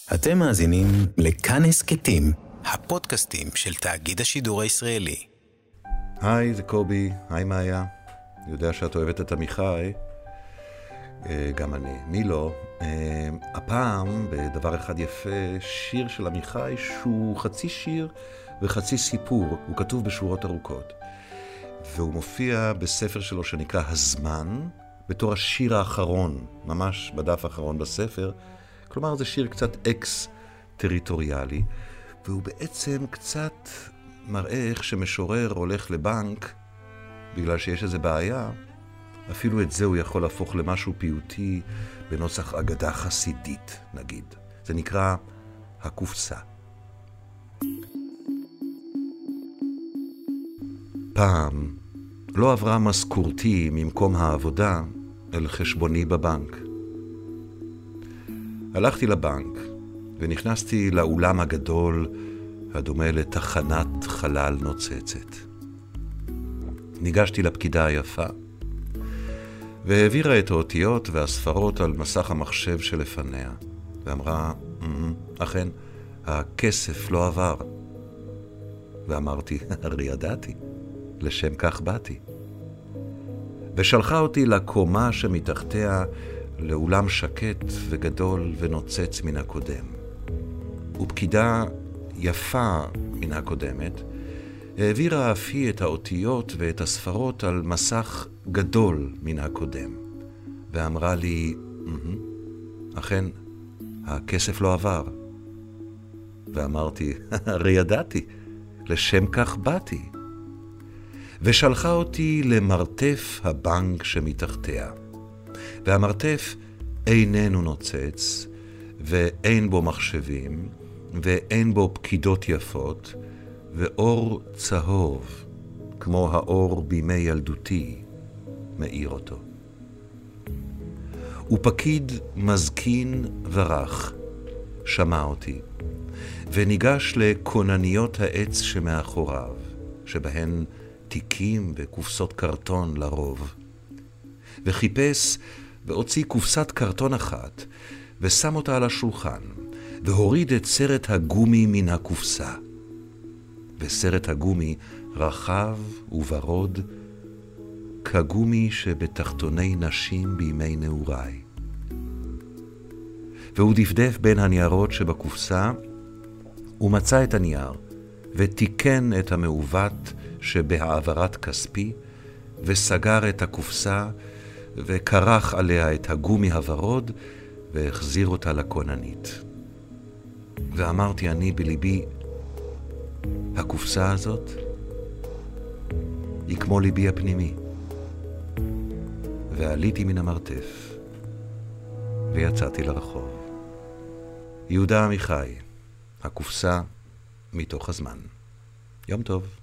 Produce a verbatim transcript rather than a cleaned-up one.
אתם מאזינים לכאן הסכתים, הפודקאסטים של תאגיד השידור הישראלי. היי, זה קובי. היי, מאיה. אני יודע שאת אוהבת את עמיחי. גם אני. מי לא? הפעם, בדבר אחד יפה, שיר של עמיחי שהוא חצי שיר וחצי סיפור. הוא כתוב בשורות ארוכות. והוא מופיע בספר שלו שנקרא הזמן, בתור השיר האחרון, ממש בדף האחרון בספר. כלומר, זה שיר קצת אקס-טריטוריאלי, והוא בעצם קצת מראה איך שמשורר הולך לבנק, בגלל שיש איזו בעיה, אפילו את זה הוא יכול להפוך למשהו פיוטי בנוסח אגדה חסידית, נגיד. זה נקרא הקופסה. פעם לא עברה משכורתי ממקום העבודה אל חשבוני בבנק. הלכתי לבנק ונכנסתי לאולם הגדול הדומה לתחנת חלל נוצצת. ניגשתי לפקידה היפה והעבירה את האותיות והספרות על מסך המחשב שלפניה ואמרה, אכן, הכסף לא עבר. ואמרתי, הרי ידעתי, לשם כך באתי. ושלחה אותי לקומה שמתחתיה לאולם שקט וגדול ונוצץ מן הקודם. ופקידה יפה מן הקודמת העבירה אף היא את האותיות ואת הספרות על מסך גדול מן הקודם, ואמרה לי, אכן, הכסף לא עבר. ואמרתי, הרי ידעתי, לשם כך באתי. ושלחה אותי למרתף הבנק שמתחתיה. והמרתף איננו נוצץ, ואין בו מחשבים, ואין בו פקידות יפות, ואור צהוב, כמו האור בימי ילדותי, מאיר אותו. ופקיד מזקין ורח, שמע אותי, וניגש לקונניות העץ שמאחוריו, שבהן תיקים וקופסות קרטון לרוב, וחיפש והוציא קופסת קרטון אחת, ושם אותה על השולחן, והוריד את סרט הגומי מן הקופסה. וסרט הגומי רחב וברוד, כגומי שבתחתוני נשים בימי נעוריי. והוא דפדף בין הניירות שבקופסה, ומצא את הנייר, ותיקן את המעוות שבהעברת כספי, וסגר את הקופסה, וקרח עליה את הגומי הוורוד, והחזיר אותה לקוננית. ואמרתי אני בליבי, הקופסה הזאת היא כמו ליבי הפנימי. ועליתי מן המרתף, ויצאתי לרחוב. יהודה עמיחי, הקופסה מתוך הזמן. יום טוב.